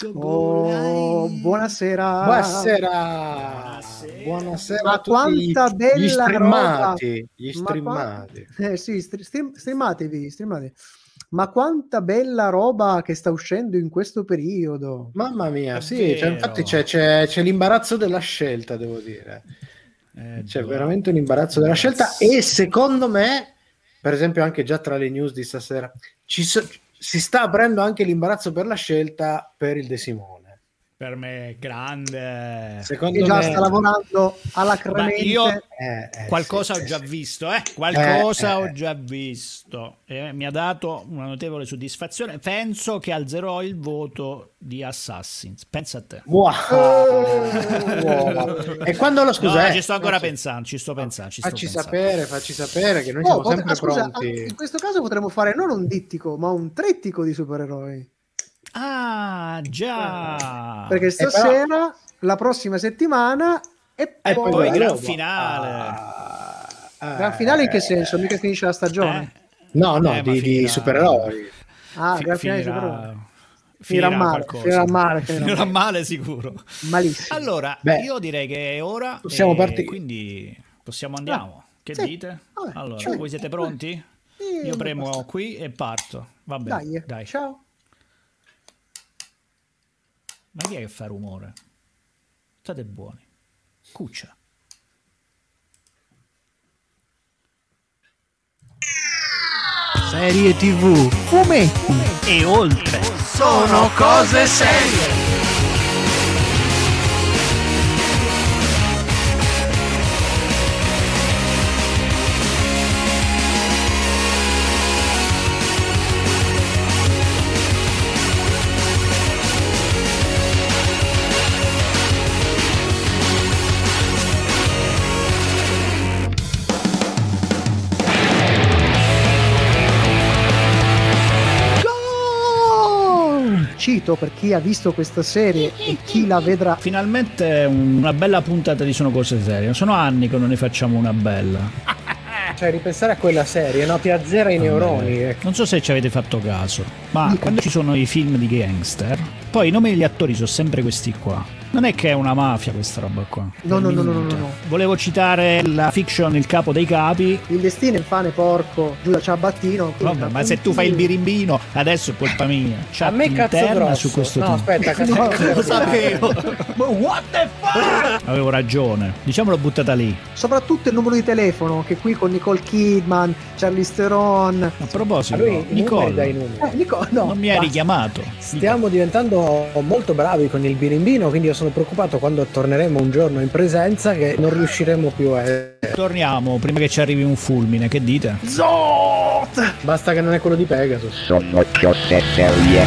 Oh, buonasera. Buonasera Ma a tutti quanta bella gli streamati. roba. Gli streamati. Sì, streamatevi. Ma quanta bella roba che sta uscendo in questo periodo. Mamma mia, È sì, infatti vero. c'è l'imbarazzo della scelta, devo dire. C'è già. veramente un imbarazzo della scelta e secondo me, per esempio anche già tra le news di stasera, si sta aprendo anche l'imbarazzo per la scelta per il De Simone. Per me è grande. Secondo Che già me sta lavorando alacremente. Io qualcosa sì, ho già sì. visto, ho già visto. Mi ha dato una notevole soddisfazione. Penso che alzerò il voto di Assassins. Pensa a te. Wow. E quando lo scusa? No, ci sto ancora pensando, Facci sapere che noi siamo sempre pronti. In questo caso potremmo fare non un dittico, ma un trittico di supereroi. Ah, già. Perché stasera, la prossima settimana e poi poi gran finale. Gran finale in che senso? Mica finisce la stagione? No, di supereroi. Gran finale di supereroi. Finirà male sicuro. Malissimo. Allora, io direi che è ora. Possiamo partire. Quindi andiamo. Che dite? Vabbè, allora, voi siete pronti? Io premo qui e parto. Va bene. Dai. Ciao. Ma chi è che fa rumore? State buoni. Cuccia. Serie TV, fumetti e oltre. Sono cose serie. Cito per chi ha visto questa serie e chi la vedrà. Finalmente una bella puntata di Sono cose serie. Sono anni che non ne facciamo una bella. Cioè ripensare a quella serie, no? Ti azzera i neuroni. Non so se ci avete fatto caso, ma quando ci sono i film di gangster, poi i nomi degli attori sono sempre questi qua. Non è che è una mafia questa roba qua. No. Volevo citare la fiction Il capo dei capi. Il destino, il pane porco, Giuda Ciabattino. Vabbè, ma se tu fai il birimbino, adesso è colpa mia. A me cazzo grosso. Su questo no, aspetta, lo sapevo. What the fuck? Avevo ragione. Diciamolo buttata lì. Soprattutto il numero di telefono, che qui con Nicole Kidman, Charlize Theron. A proposito, Nicole, no, non mi hai richiamato. Stiamo diventando molto bravi con il birimbino, quindi io sono preoccupato quando torneremo un giorno in presenza che non riusciremo più a... Torniamo prima che ci arrivi un fulmine, che dite? Zot! Basta che non è quello di Pegasus. Sono cose serie.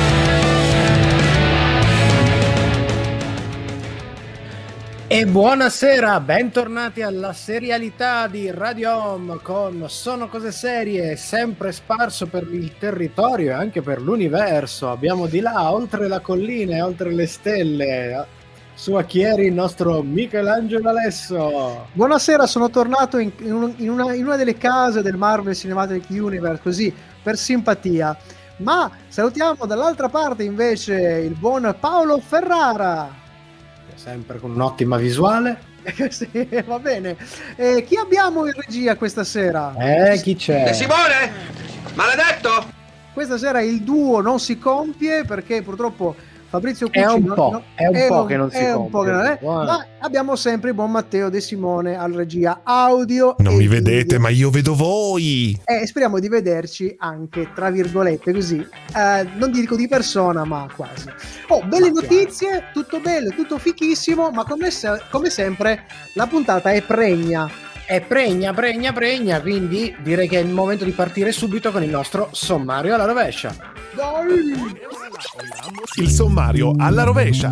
E buonasera, bentornati alla serialità di Radio Home con Sono cose serie, sempre sparso per il territorio e anche per l'universo. Abbiamo di là, oltre la collina e oltre le stelle, su a Chieri il nostro Michelangelo Alesso. Buonasera, sono tornato in una delle case del Marvel Cinematic Universe, così per simpatia. Ma salutiamo dall'altra parte invece il buon Paolo Ferrara. Sempre con un'ottima visuale. Sì, va bene. Chi abbiamo in regia questa sera? Chi c'è? De Simone? Maledetto! Questa sera il duo non si compie perché purtroppo Fabrizio Cucci è un po' che non si compie. Ma abbiamo sempre il buon Matteo De Simone al regia audio. Non mi vedete, ma io vedo voi. E speriamo di vederci anche, tra virgolette, così. Non dico di persona, ma quasi. Belle notizie, tutto bello, tutto fichissimo, ma come sempre la puntata è pregna. È pregna, quindi direi che è il momento di partire subito con il nostro sommario alla rovescia. Dai! Il sommario alla rovescia.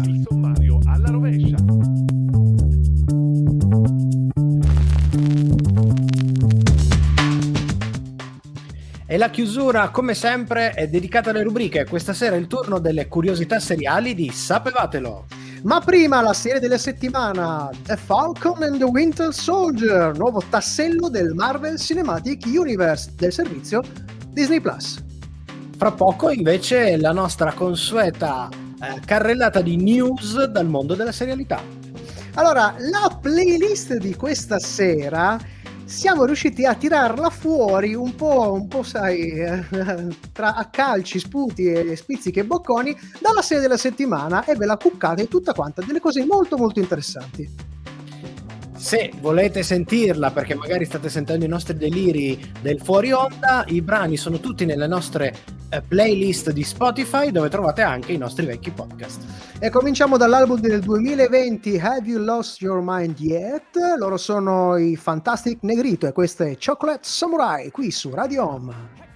E la chiusura, come sempre, è dedicata alle rubriche. Questa sera è il turno delle curiosità seriali di Sapevatelo. Ma prima la serie della settimana, The Falcon and the Winter Soldier, nuovo tassello del Marvel Cinematic Universe del servizio Disney Plus. Fra poco invece la nostra consueta carrellata di news dal mondo della serialità. Allora, la playlist di questa sera siamo riusciti a tirarla fuori un po' sai, tra a calci, sputi e spizzichi e bocconi dalla serie della settimana, e ve la cuccate tutta quanta, delle cose molto molto interessanti. Se volete sentirla, perché magari state sentendo i nostri deliri del fuori onda, i brani sono tutti nelle nostre playlist di Spotify, dove trovate anche i nostri vecchi podcast. E cominciamo dall'album del 2020, Have You Lost Your Mind Yet? Loro sono i Fantastic Negrito e questo è Chocolate Samurai qui su Radio Home.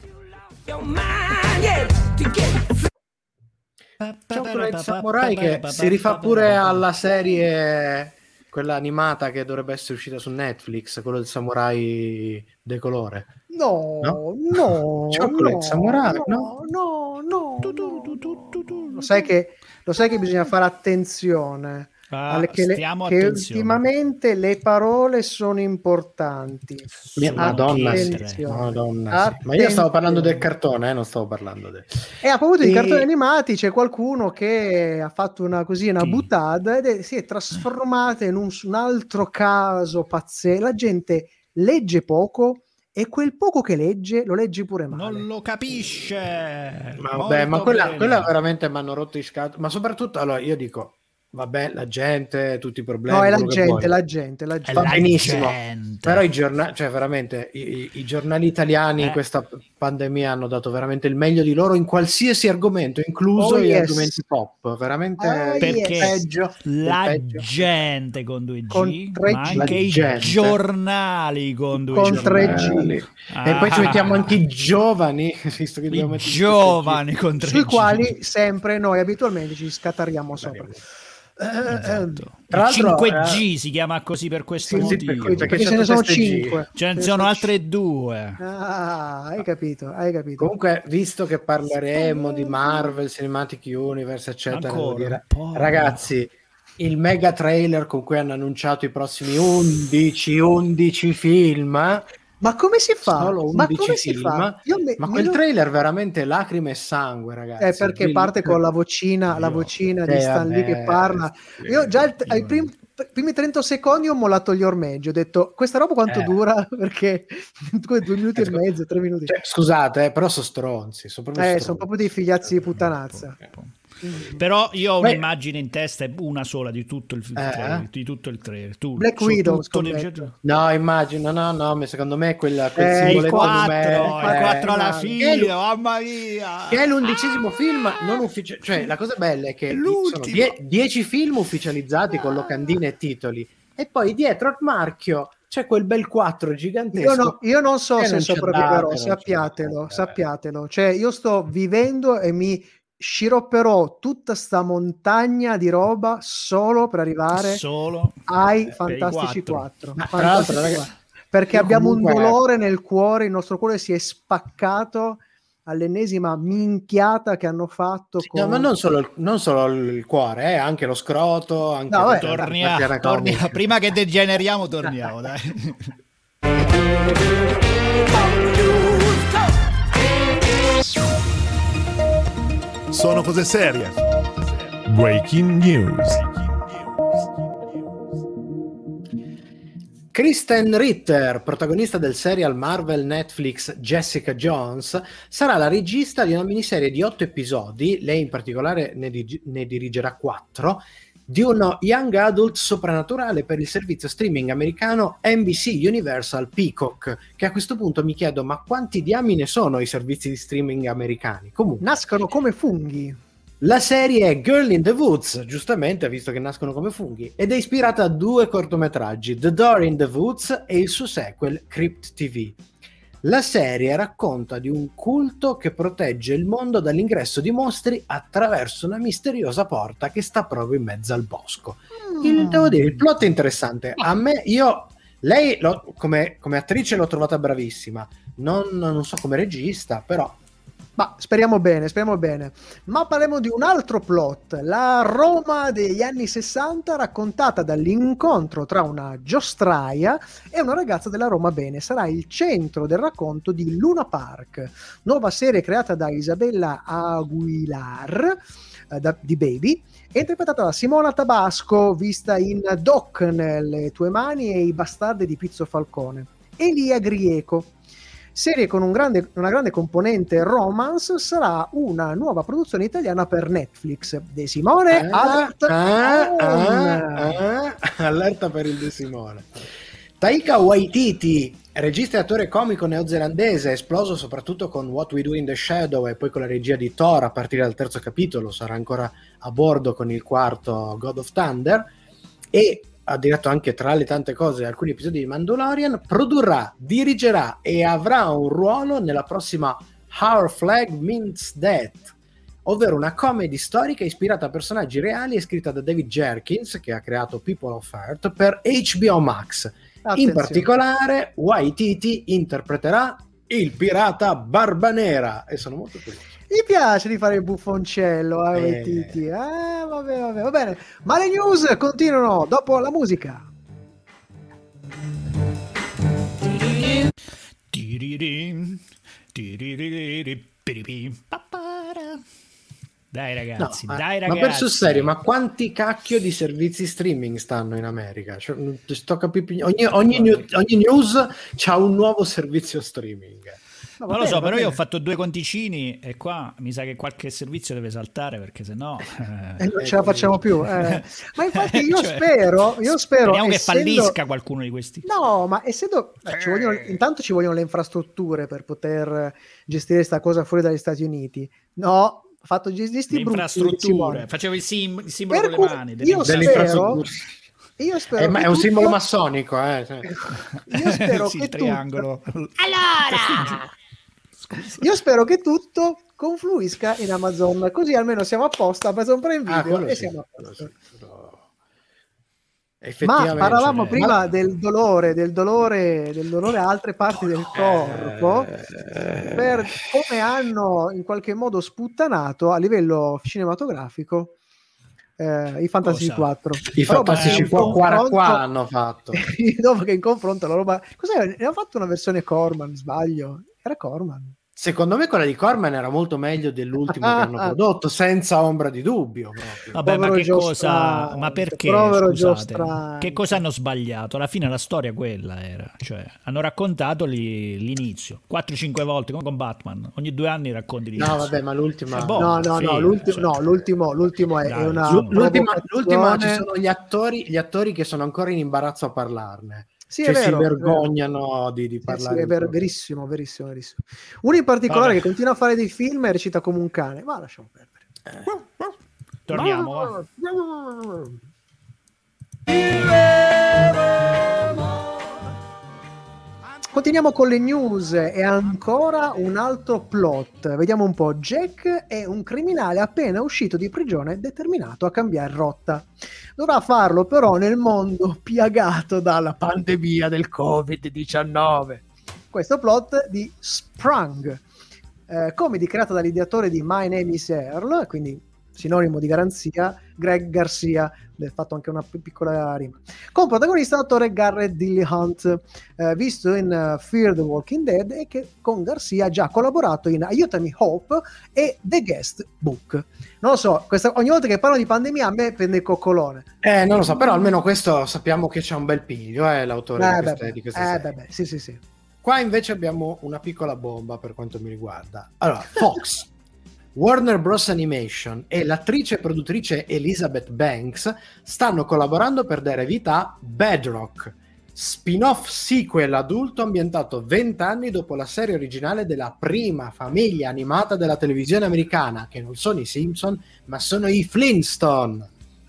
Chocolate Samurai che si rifà pure alla serie, quella animata che dovrebbe essere uscita su Netflix, quello del samurai decolore. No. Chocolate Samurai, no. Lo sai che bisogna fare attenzione. Che ultimamente le parole sono importanti. Madonna, Madonna. Ma io stavo parlando del cartone, non stavo parlando del... E a proposito di cartoni animati, c'è qualcuno che ha fatto una buttata ed si è trasformata in un altro caso pazzesco. La gente legge poco e quel poco che legge lo legge pure male. Non lo capisce. Ma quella veramente mi hanno rotto i scatoli. Ma soprattutto, allora io dico, vabbè, la gente, tutti i problemi. No, è la gente. Va benissimo. Però i giornali, cioè veramente i giornali italiani in questa pandemia hanno dato veramente il meglio di loro in qualsiasi argomento, incluso gli argomenti pop. Veramente perché gente con 2G, ma anche i giornali con 2G. Con 3G. E poi ci mettiamo anche i giovani, visto che i giovani con 3G. Sui quali sempre noi abitualmente ci scatariamo sopra. Esatto. Tra l'altro 5G si chiama così per questo motivo, perché ce ne sono 5, ce ne sono altre 2. Hai capito. Comunque, visto che parleremo di Marvel Cinematic Universe eccetera, ragazzi, il mega trailer con cui hanno annunciato i prossimi 11 film. Ma come si fa? Solo 11 film. Ma quel trailer veramente lacrime e sangue, ragazzi. Perché parte con la vocina di Stan Lee che parla. Io già ai primi 30 secondi ho mollato gli ormeggi, ho detto questa roba quanto dura, perché 2 minuti e mezzo, 3 minuti. Scusate, però sono stronzi. Sono proprio dei figliazzi di puttanazza. Però io ho un'immagine in testa, è una sola di tutto il trailer, di tutto il trailer. Black Widow, no, immagino, no, secondo me quel il 4 alla fine, mamma mia, che è l'11° film non ufficiale. Cioè la cosa bella è che sono 10 film ufficializzati con locandine e titoli, e poi dietro al marchio c'è quel bel 4 gigantesco. Io non so se sopravviverò, sappiatelo. Cioè io sto vivendo e mi sciropperò tutta sta montagna di roba solo per arrivare ai Fantastici 4. Tra l'altro, ragazzi, perché abbiamo un dolore nel cuore, il nostro cuore si è spaccato all'ennesima minchiata che hanno fatto con... No, ma non solo il cuore, anche lo scroto, anche torniamo. Prima che degeneriamo torniamo, dai. Sono cose serie. Breaking news. Kristen Ritter, protagonista del serial Marvel Netflix Jessica Jones, sarà la regista di una miniserie di 8 episodi, lei in particolare ne dirigerà 4, di uno young adult soprannaturale per il servizio streaming americano NBC Universal Peacock, che a questo punto mi chiedo, ma quanti diamine sono i servizi di streaming americani? Comunque, nascono come funghi. La serie è Girl in the Woods, giustamente, visto che nascono come funghi, ed è ispirata a 2 cortometraggi, The Door in the Woods e il suo sequel, Crypt TV. La serie racconta di un culto che protegge il mondo dall'ingresso di mostri attraverso una misteriosa porta che sta proprio in mezzo al bosco. Devo dire, il plot è interessante. A me, lei come attrice l'ho trovata bravissima, non so come regista, però... Ma speriamo bene. Ma parliamo di un altro plot, la Roma degli anni 60 raccontata dall'incontro tra una giostraia e una ragazza della Roma bene. Sarà il centro del racconto di Luna Park, nuova serie creata da Isabella Aguilar, di Baby, è interpretata da Simona Tabasco, vista in Doc, Nelle tue mani e I bastardi di Pizzo Falcone. Elia Grieco. Serie con una grande componente romance, sarà una nuova produzione italiana per Netflix. De Simone, allerta per il De Simone. Taika Waititi, regista e attore comico neozelandese, esploso soprattutto con What We Do in the Shadow e poi con la regia di Thor a partire dal 3° capitolo, sarà ancora a bordo con il 4° God of Thunder, e ha diretto anche, tra le tante cose, alcuni episodi di Mandalorian. Produrrà, dirigerà e avrà un ruolo nella prossima Our Flag Means Death, ovvero una comedy storica ispirata a personaggi reali e scritta da David Jerkins, che ha creato People of Earth, per HBO Max. In particolare Waititi interpreterà il pirata Barba Nera e sono molto curioso. Mi piace di fare il buffoncello, Waititi. Vabbè, va bene. Ma le news continuano dopo la musica. Dai ragazzi, Ma per sul serio, ma quanti cacchio di servizi streaming stanno in America? Cioè, ogni news c'ha un nuovo servizio streaming. Non lo so, però io ho fatto 2 conticini e qua mi sa che qualche servizio deve saltare, perché sennò non ce la facciamo più. Ma infatti io spero speriamo che fallisca qualcuno di questi. No, ma essendo intanto ci vogliono le infrastrutture per poter gestire sta cosa fuori dagli Stati Uniti. No, fatto gesti le infrastrutture, facevo il simbolo con le mani io spero è un simbolo massonico, io spero sì, che triangolo. Allora io spero che tutto confluisca in Amazon, così almeno siamo a posto. Amazon Prime Video e siamo a posto. Ma parlavamo prima del dolore a altre parti del corpo, per come hanno in qualche modo sputtanato a livello cinematografico i Fantasy 4. I Fantasy 4 hanno fatto. Dopo che in confronto la roba... Cos'è? Ne hanno fatto una versione Corman, sbaglio? Era Corman. Secondo me quella di Corman era molto meglio dell'ultimo che hanno prodotto, senza ombra di dubbio. Proprio. Vabbè, povero ma che cosa? Strano, Ma perché? Che cosa hanno sbagliato? Alla fine la storia quella era, cioè hanno raccontato l'inizio 4-5 volte come con Batman. Ogni 2 anni racconti l'inizio. No, vabbè, ma l'ultima. L'ultimo è una. L'ultima ci sono gli attori che sono ancora in imbarazzo a parlarne. Sì, cioè, è vero, si vergognano di parlare. Sì, è verissimo. Uno in particolare che continua a fare dei film e recita come un cane, ma lasciamo perdere. Torniamo. Continuiamo con le news e ancora un altro plot. Vediamo un po'. Jack è un criminale appena uscito di prigione determinato a cambiare rotta. Dovrà farlo però nel mondo piagato dalla pandemia del Covid-19. Questo plot di Sprung, comedy creata dall'ideatore di My Name is Earl, quindi sinonimo di garanzia, Greg Garcia, ha fatto anche una piccola rima, con protagonista l'attore Garrett Dilly Hunt, visto in Fear the Walking Dead, e che con Garcia ha già collaborato in Aiutami Hope e The Guest Book. Non lo so, ogni volta che parlo di pandemia a me prende il coccolone. Non lo so, però almeno questo sappiamo che c'è un bel piglio, l'autore di queste serie. Sì. Qua invece abbiamo una piccola bomba per quanto mi riguarda. Allora, Fox, Warner Bros. Animation e l'attrice e produttrice Elizabeth Banks stanno collaborando per dare vita a Bedrock, spin-off sequel adulto ambientato 20 anni dopo la serie originale della prima famiglia animata della televisione americana, che non sono i Simpson, ma sono i Flintstone.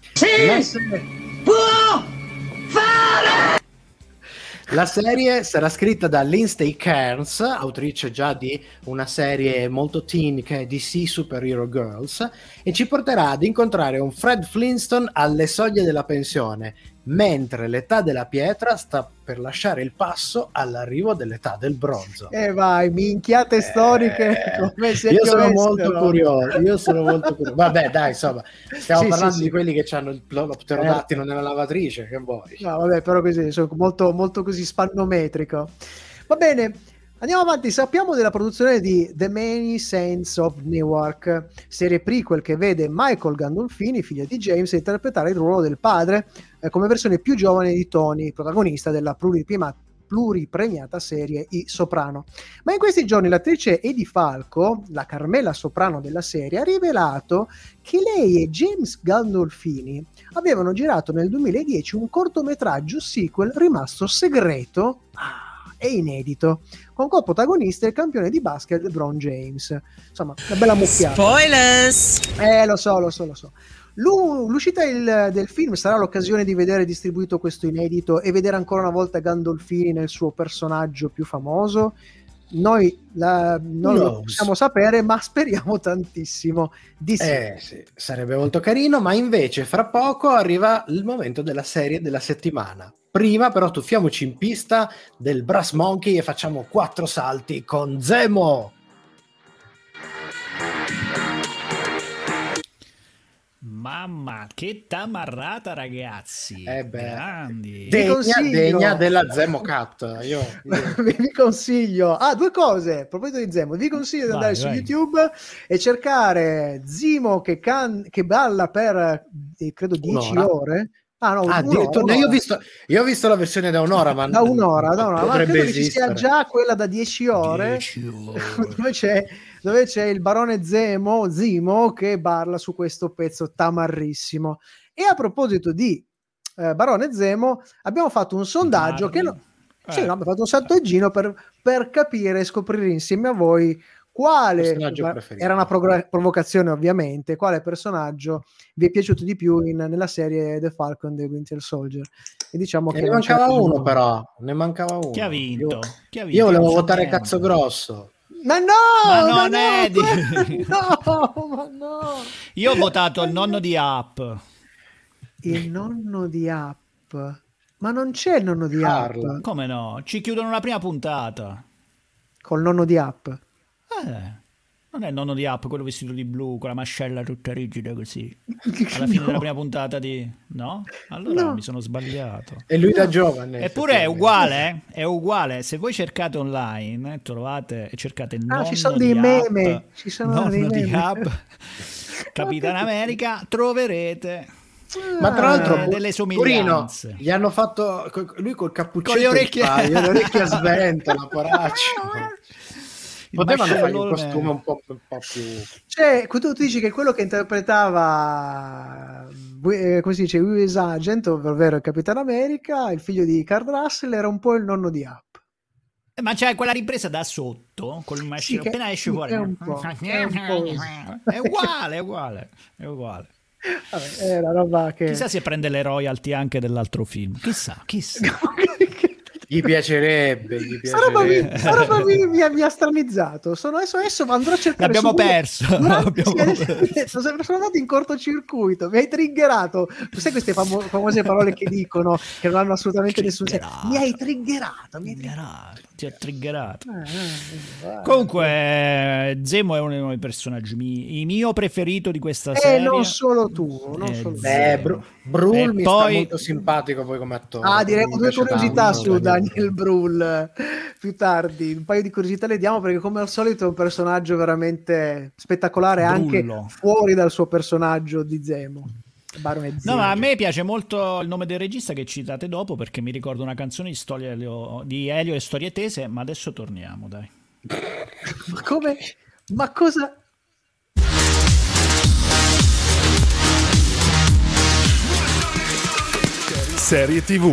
La serie sarà scritta da Lindsay Cairns, autrice già di una serie molto teen che è DC Superhero Girls, e ci porterà ad incontrare un Fred Flintstone alle soglie della pensione, mentre l'età della pietra sta per lasciare il passo all'arrivo dell'età del bronzo. Vai, minchiate storiche. Io sono molto curioso. Vabbè, dai, insomma, stiamo parlando di quelli che hanno lo pterodattilo nella lavatrice, che vuoi? No, vabbè, però così sono molto, molto così spannometrico. Va bene. Andiamo avanti, sappiamo della produzione di The Many Saints of Newark, serie prequel che vede Michael Gandolfini, figlio di James, interpretare il ruolo del padre come versione più giovane di Tony, protagonista della pluripremiata serie I Soprano. Ma in questi giorni l'attrice Edie Falco, la Carmela Soprano della serie, ha rivelato che lei e James Gandolfini avevano girato nel 2010 un cortometraggio sequel rimasto segreto e inedito, con co-protagonista il campione di basket LeBron James. Insomma, una bella mucchiata. Spoilers! Lo so. L'uscita del film sarà l'occasione di vedere distribuito questo inedito e vedere ancora una volta Gandolfini nel suo personaggio più famoso. Noi non lo possiamo sapere, ma speriamo tantissimo di sì. Sì, sarebbe molto carino, ma invece fra poco arriva il momento della serie della settimana. Prima però tuffiamoci in pista del Brass Monkey e facciamo 4 salti con Zemo. Mamma, che tamarrata, ragazzi! Grandi. Degna della Zemo Cat. Io. Vi consiglio 2 cose a proposito di Zemo. Vi consiglio di andare su YouTube e cercare Zemo che balla per credo 10 ore. Addirittura io ho visto la versione da un'ora, ma da un'ora, ma credo che ci sia esistere. già quella da 10 ore, dove c'è il barone Zemo che parla su questo pezzo tamarrissimo. E a proposito di barone Zemo, abbiamo fatto un sondaggio abbiamo fatto un sondaggino per capire e scoprire insieme a voi quale era una provocazione, ovviamente, quale personaggio vi è piaciuto di più nella serie The Falcon and the Winter Soldier. E diciamo che ne mancava uno, però ne mancava uno. Chi ha vinto? Io volevo votare Cazzo Grosso. Ma no! Io ho votato il nonno di App. Il nonno di App? Ma non c'è il nonno di App. Come no? Ci chiudono la prima puntata col nonno di App. Non è il nonno di App, quello vestito di blu con la mascella tutta rigida così alla fine della prima puntata no? Allora mi sono sbagliato. E lui da giovane. Eppure è uguale. Se voi cercate online, trovate e cercate il nonno ci sono dei meme. App, ci sono dei meme. Di App, Capitan America, troverete. Ma tra l'altro delle somiglianze. Purino, gli hanno fatto lui col cappuccetto, con le orecchie a sventola, poraccio. Potevano fare un costume un po' più. Cioè, tu dici che quello che interpretava come si dice, US Agent, ovvero il Capitano America, il figlio di Kurt Russell, era un po' il nonno di App. Ma c'è quella ripresa da sotto col mascino appena esce fuori. È un po'. È uguale. Vabbè, è la roba che... Chissà se prende le royalty anche dell'altro film. Chissà. Gli piacerebbe. Sta roba mi ha stranizzato. Adesso andrò a cercare. L'abbiamo perso. Sono andato in cortocircuito. Mi hai triggerato. Tu sai queste famose parole che dicono che non hanno assolutamente nessun senso. Mi hai triggerato. Ti ha triggerato. Comunque, Zemo è uno dei personaggi il mio preferito di questa serie. Non solo tu. Brul mi sta molto simpatico poi come attore. Diremo 2 curiosità su Daniel Brühl più tardi. Un paio di curiosità le diamo, perché come al solito è un personaggio veramente spettacolare anche fuori dal suo personaggio di Zemo. No, ma a me piace molto il nome del regista che citate dopo, perché mi ricorda una canzone di Elio e Storie Tese, ma adesso torniamo, dai. Ma come? Ma cosa? Serie TV.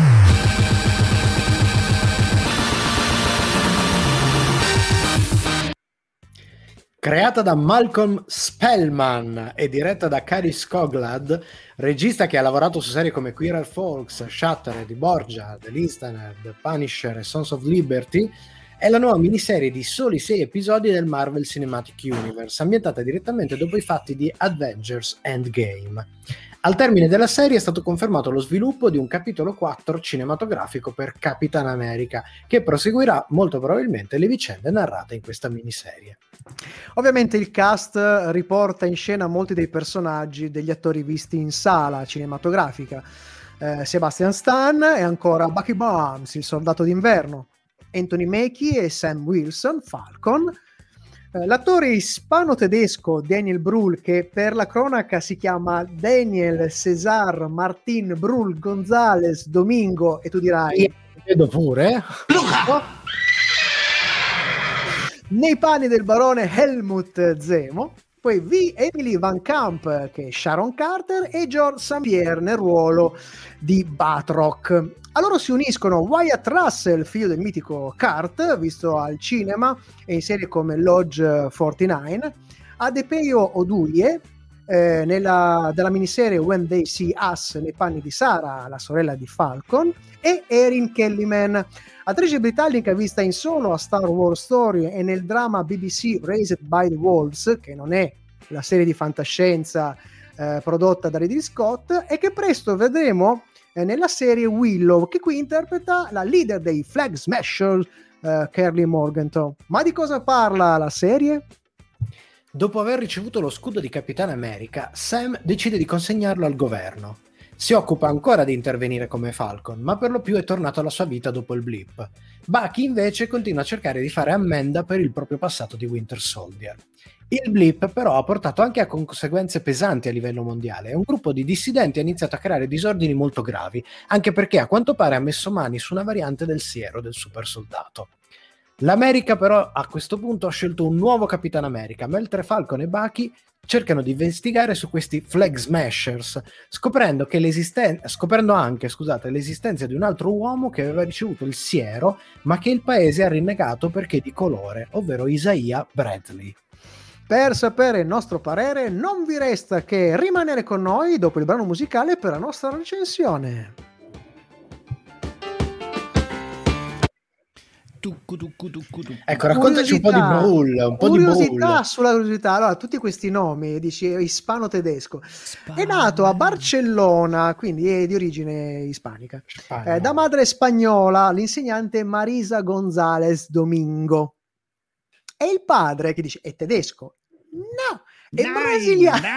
Creata da Malcolm Spellman e diretta da Cary Skoglund, regista che ha lavorato su serie come Queer as Folks, Shattered, Borgia, The Listener, The Punisher e Sons of Liberty, è la nuova miniserie di soli 6 episodi del Marvel Cinematic Universe, ambientata direttamente dopo i fatti di Avengers Endgame. Al termine della serie è stato confermato lo sviluppo di un capitolo 4 cinematografico per Capitan America, che proseguirà molto probabilmente le vicende narrate in questa miniserie. Ovviamente il cast riporta in scena molti dei personaggi degli attori visti in sala cinematografica. Sebastian Stan e ancora Bucky Barnes, il soldato d'inverno, Anthony Mackie e Sam Wilson, Falcon. L'attore ispano-tedesco Daniel Brühl, che per la cronaca si chiama Daniel César Martín Brühl González Domingo, e tu dirai vedo pure nei panni del barone Helmut Zemo. Poi Emily Van Camp, che è Sharon Carter, e George St. Pierre nel ruolo di Batroc. A loro si uniscono Wyatt Russell, figlio del mitico Kurt, visto al cinema e in serie come Lodge 49, Adepeyo Oduye, della miniserie When They See Us, nei panni di Sarah, la sorella di Falcon, e Erin Kellyman, attrice britannica vista in solo a Star Wars Story e nel dramma BBC Raised by the Wolves, che non è la serie di fantascienza prodotta da Ridley Scott, e che presto vedremo nella serie Willow, che qui interpreta la leader dei Flag Smashers, Carly Morgenthau. Ma di cosa parla la serie? Dopo aver ricevuto lo scudo di Capitano America, Sam decide di consegnarlo al governo. Si occupa ancora di intervenire come Falcon, ma per lo più è tornato alla sua vita dopo il blip. Bucky invece continua a cercare di fare ammenda per il proprio passato di Winter Soldier. Il blip però ha portato anche a conseguenze pesanti a livello mondiale e un gruppo di dissidenti ha iniziato a creare disordini molto gravi, anche perché a quanto pare ha messo mani su una variante del siero del super soldato. L'America però a questo punto ha scelto un nuovo Capitano America, mentre Falcon e Bucky cercano di investigare su questi Flag Smashers, scoprendo anche l'esistenza di un altro uomo che aveva ricevuto il siero, ma che il paese ha rinnegato perché di colore, ovvero Isaiah Bradley. Per sapere il nostro parere non vi resta che rimanere con noi dopo il brano musicale per la nostra recensione. Ecco, raccontaci un po' di Brühl, curiosità sulla curiosità. Allora, tutti questi nomi, dici ispano-tedesco, è nato a Barcellona, quindi è di origine ispanica, da madre spagnola, l'insegnante Marisa González Domingo, e il padre, che dice è tedesco, no, è brasiliano.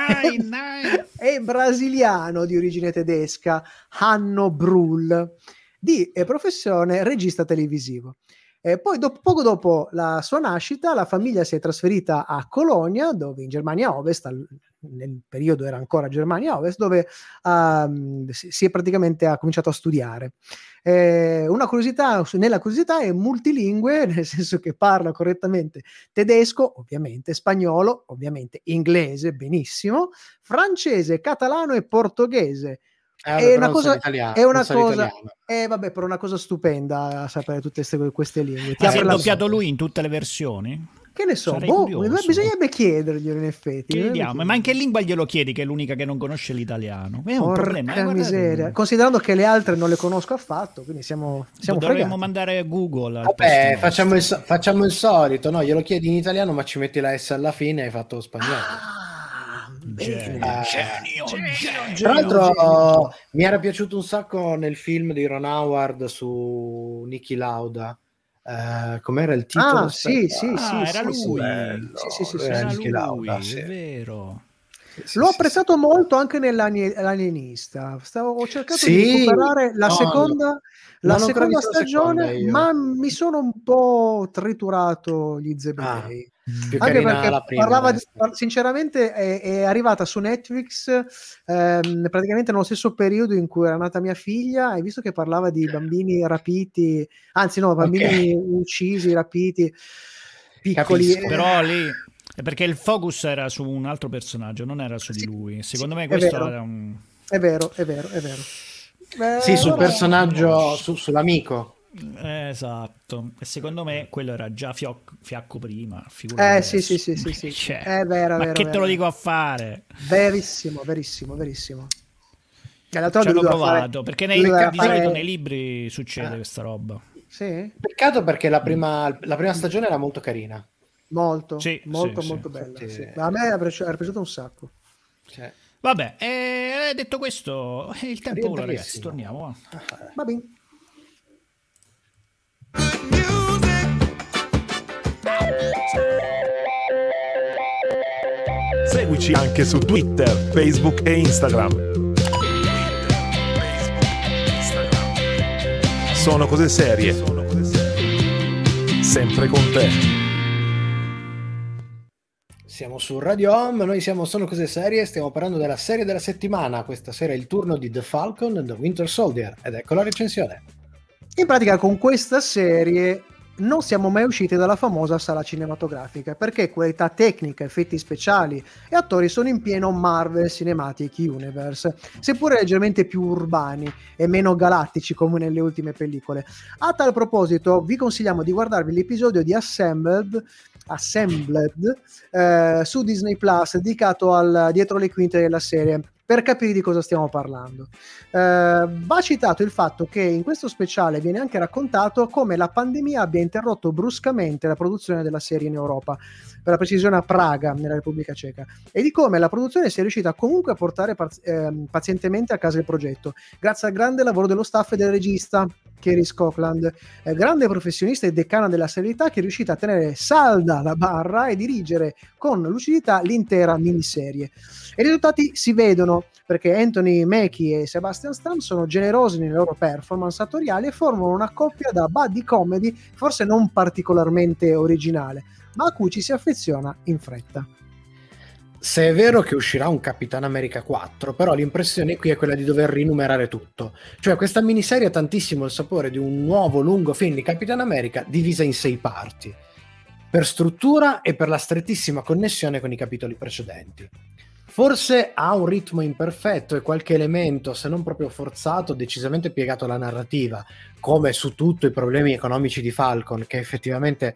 È brasiliano di origine tedesca, Hanno Brühl, di professione regista televisivo. Poi poco dopo la sua nascita la famiglia si è trasferita a Colonia, dove in Germania Ovest, nel periodo era ancora Germania Ovest, dove si è praticamente ha cominciato a studiare. Una curiosità, nella curiosità, è multilingue, nel senso che parla correttamente tedesco, ovviamente, spagnolo, ovviamente, inglese, benissimo, francese, catalano e portoghese. È una cosa, per una cosa stupenda sapere tutte queste lingue. Ma si è doppiato lui in tutte le versioni? Che ne so, bisognerebbe chiederglielo in effetti. Chiediamo, ma in che lingua glielo chiedi, che è l'unica che non conosce l'italiano? È un problema. Miseria. Considerando che le altre non le conosco affatto, quindi siamo dovremmo mandare Google. Vabbè, facciamo il solito, no? Glielo chiedi in italiano, ma ci metti la S alla fine e hai fatto spagnolo. Genio. Tra l'altro mi era piaciuto un sacco nel film di Ron Howard su Niki Lauda. Com'era il titolo? Era lui. Era Niki Lauda, è vero. L'ho apprezzato molto anche nell'Alienista. Ho cercato di recuperare la seconda stagione, ma mi sono un po' triturato gli zebedei. Anche perché sinceramente è arrivata su Netflix praticamente nello stesso periodo in cui era nata mia figlia, e visto che parlava di bambini rapiti, bambini uccisi, rapiti, piccoli. Però lì è perché il focus era su un altro personaggio, non era su di lui. Secondo me questo era un... È vero. Sul personaggio, sull'amico. Esatto, e secondo me quello era già fiacco prima. Sì. È vero. Ma che te lo dico a fare? Verissimo. Ci hanno provato, perché di solito nei libri succede questa roba. Sì? Peccato, perché la prima stagione era molto carina. Molto bella. Sì. A me era piaciuto un sacco. Sì. Vabbè, detto questo, il tempo vola, ragazzi, torniamo. Va bene. Seguici anche su Twitter, Facebook e Instagram. Sono cose serie. sempre con te. Siamo su Radio Home, noi sono cose serie, stiamo parlando della serie della settimana. Questa sera è il turno di The Falcon and the Winter Soldier ed ecco la recensione. In pratica con questa serie non siamo mai usciti dalla famosa sala cinematografica, perché qualità tecnica, effetti speciali e attori sono in pieno Marvel Cinematic Universe, seppure leggermente più urbani e meno galattici come nelle ultime pellicole. A tal proposito vi consigliamo di guardarvi l'episodio di Assembled su Disney Plus dedicato al dietro le quinte della serie, per capire di cosa stiamo parlando. Va citato il fatto che in questo speciale viene anche raccontato come la pandemia abbia interrotto bruscamente la produzione della serie in Europa, per la precisione a Praga, nella Repubblica Ceca, e di come la produzione sia riuscita comunque a portare pazientemente a casa il progetto, grazie al grande lavoro dello staff e del regista, Kerry Cochran, grande professionista e decana della serietà, che è riuscita a tenere salda la barra e dirigere con lucidità l'intera miniserie. E i risultati si vedono, perché Anthony Mackie e Sebastian Stan sono generosi nelle loro performance attoriali e formano una coppia da buddy comedy forse non particolarmente originale, ma a cui ci si affeziona in fretta. Se è vero che uscirà un Capitan America 4, però l'impressione qui è quella di dover rinumerare tutto. Cioè questa miniserie ha tantissimo il sapore di un nuovo lungo film di Capitan America divisa in 6 parti, per struttura e per la strettissima connessione con i capitoli precedenti. Forse ha un ritmo imperfetto e qualche elemento, se non proprio forzato, decisamente piegato alla narrativa, come su tutto i problemi economici di Falcon, che effettivamente,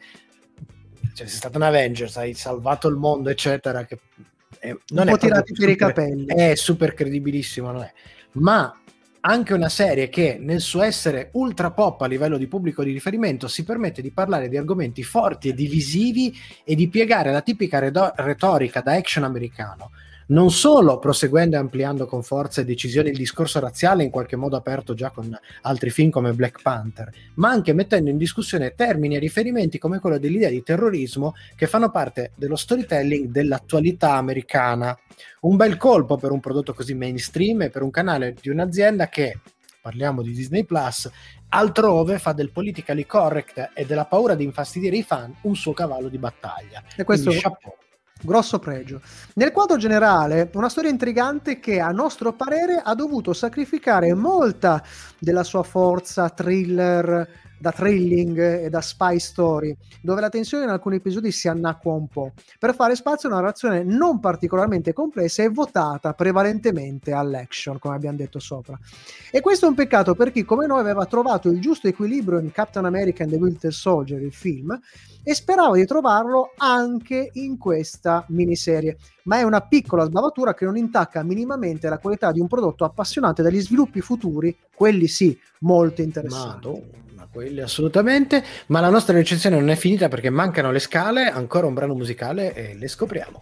cioè, sei stato un Avengers, hai salvato il mondo, eccetera, che non un po' tirati per i capelli. È super credibilissimo, non è? Ma anche una serie che nel suo essere ultra pop a livello di pubblico di riferimento si permette di parlare di argomenti forti e divisivi e di piegare la tipica retorica da action americano, non solo proseguendo e ampliando con forza e decisione il discorso razziale in qualche modo aperto già con altri film come Black Panther, ma anche mettendo in discussione termini e riferimenti come quello dell'idea di terrorismo che fanno parte dello storytelling dell'attualità americana. Un bel colpo per un prodotto così mainstream e per un canale di un'azienda che, parliamo di Disney Plus, altrove fa del politically correct e della paura di infastidire i fan un suo cavallo di battaglia. E questo quindi chapeau. Grosso pregio. Nel quadro generale, una storia intrigante che a nostro parere ha dovuto sacrificare molta della sua forza thriller, da thrilling e da spy story, dove la tensione in alcuni episodi si annacqua un po', per fare spazio a una narrazione non particolarmente complessa e votata prevalentemente all'action, come abbiamo detto sopra. E questo è un peccato per chi come noi aveva trovato il giusto equilibrio in Captain America and the Winter Soldier, il film, e speravo di trovarlo anche in questa miniserie, ma è una piccola sbavatura che non intacca minimamente la qualità di un prodotto appassionante dagli sviluppi futuri, quelli sì, molto interessanti. Madonna, quelli assolutamente, ma la nostra recensione non è finita perché mancano le scale, ancora un brano musicale e le scopriamo.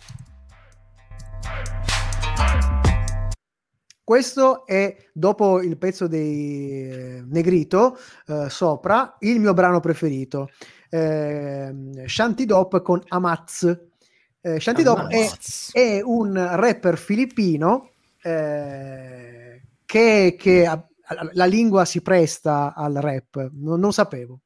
Questo è, dopo il pezzo dei Negrito, sopra, il mio brano preferito. Shanty Dope con Amaz. Shanty Dope è un rapper filippino che la lingua si presta al rap, non sapevo.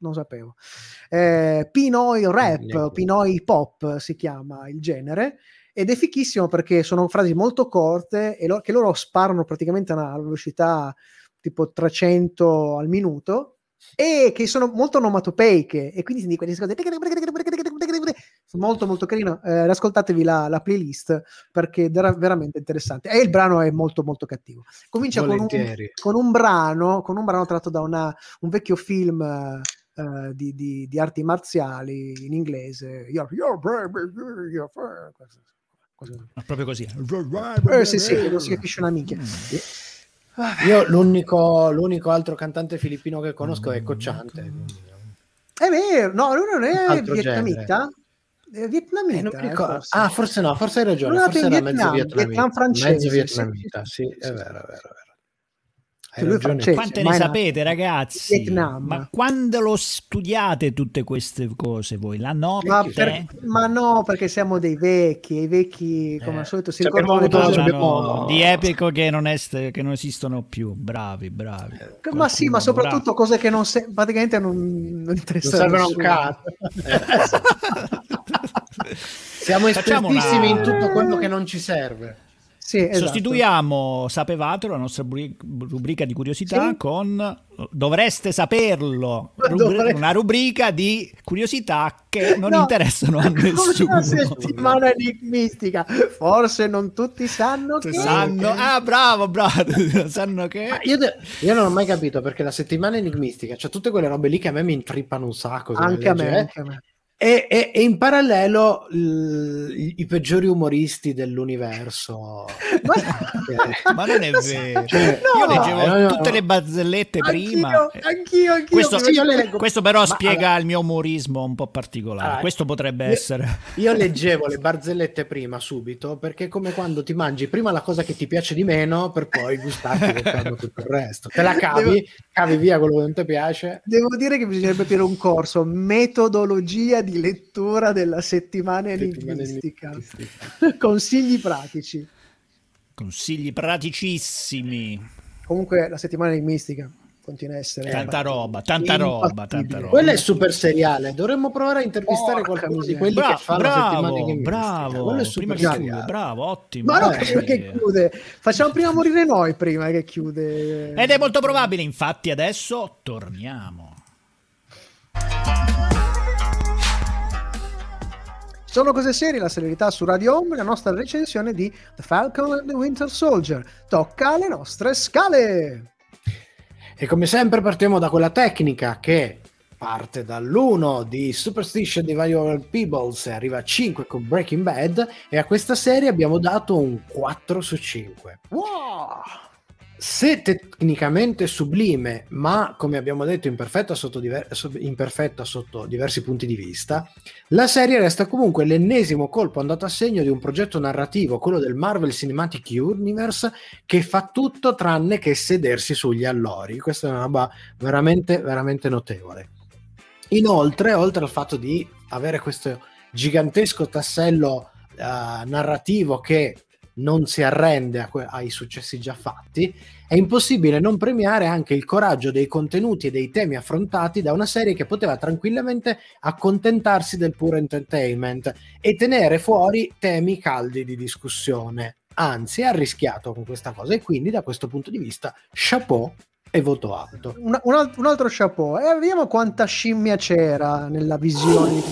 Pinoy rap, Pinoy pop si chiama il genere, ed è fichissimo perché sono frasi molto corte e che loro sparano praticamente a una velocità tipo 300 al minuto e che sono molto onomatopeiche, e quindi di quelle cose molto molto carino. Ascoltatevi la playlist perché è veramente interessante, e il brano è molto molto cattivo. Comincia con un brano tratto da un vecchio film di arti marziali in inglese, proprio così. Sì, non si capisce una minchia. Io l'unico altro cantante filippino che conosco è Cocciante. È vero, no, lui non è vietnamita. È vietnamita. Forse no, forse hai ragione. Forse era mezzo vietnamita. Vietnam francese. Mezzo vietnamita, sì, è vero. Quante ne sapete, ragazzi? Vietnam. Ma quando lo studiate tutte queste cose voi? La notte? Ma no, perché siamo dei vecchi, e i vecchi come al solito si ricordano le cose di epico che non esistono più. Bravi. Ma sì, ma soprattutto cose che praticamente non interessano. Non servono un cazzo. Siamo espertissimi in tutto quello che non ci serve. Sì, esatto. Sostituiamo Sapevatelo, la nostra rubrica di curiosità, con Dovreste saperlo, una rubrica di curiosità che non interessano a nessuno. Una settimana enigmistica. Forse non tutti sanno che... bravo, sanno che... Io non ho mai capito perché la settimana enigmistica, cioè tutte quelle robe lì che a me mi intrippano un sacco. Anche a me. E in parallelo i peggiori umoristi dell'universo. Ma non è vero. Io leggevo tutte le barzellette prima. Anch'io. Questo però spiega il mio umorismo un po' particolare. Questo potrebbe essere. Io leggevo le barzellette prima subito, perché è come quando ti mangi prima la cosa che ti piace di meno per poi gustarti tutto il resto. Te la cavi via quello che non ti piace. Devo dire che bisognerebbe aprire un corso metodologia di lettura della settimana enigmistica. Consigli praticissimi. Comunque la settimana enigmistica continua a essere tanta roba. Quello è super seriale. Dovremmo provare a intervistare qualcuno di quelli che fanno la settimana enigmistica. Bravo, prima che chiude, bravo, ottimo. Ma no, che chiude. Facciamo prima morire noi prima che chiude. Ed è molto probabile, infatti adesso torniamo. Sono cose serie, la serialità su Radio Home, la nostra recensione di The Falcon and the Winter Soldier. Tocca alle nostre scale! E come sempre partiamo da quella tecnica che parte dall'1 di Superstition di Valuable Peoples e arriva a 5 con Breaking Bad, e a questa serie abbiamo dato un 4 su 5. Wow! Se tecnicamente sublime, ma come abbiamo detto imperfetta sotto diversi punti di vista, la serie resta comunque l'ennesimo colpo andato a segno di un progetto narrativo, quello del Marvel Cinematic Universe, che fa tutto tranne che sedersi sugli allori. Questa è una roba veramente, veramente notevole. Inoltre, oltre al fatto di avere questo gigantesco tassello narrativo che non si arrende ai successi già fatti, è impossibile non premiare anche il coraggio dei contenuti e dei temi affrontati da una serie che poteva tranquillamente accontentarsi del puro entertainment e tenere fuori temi caldi di discussione. Anzi, ha rischiato con questa cosa, e quindi da questo punto di vista chapeau e voto alto. Un altro chapeau. E vediamo quanta scimmia c'era nella visione di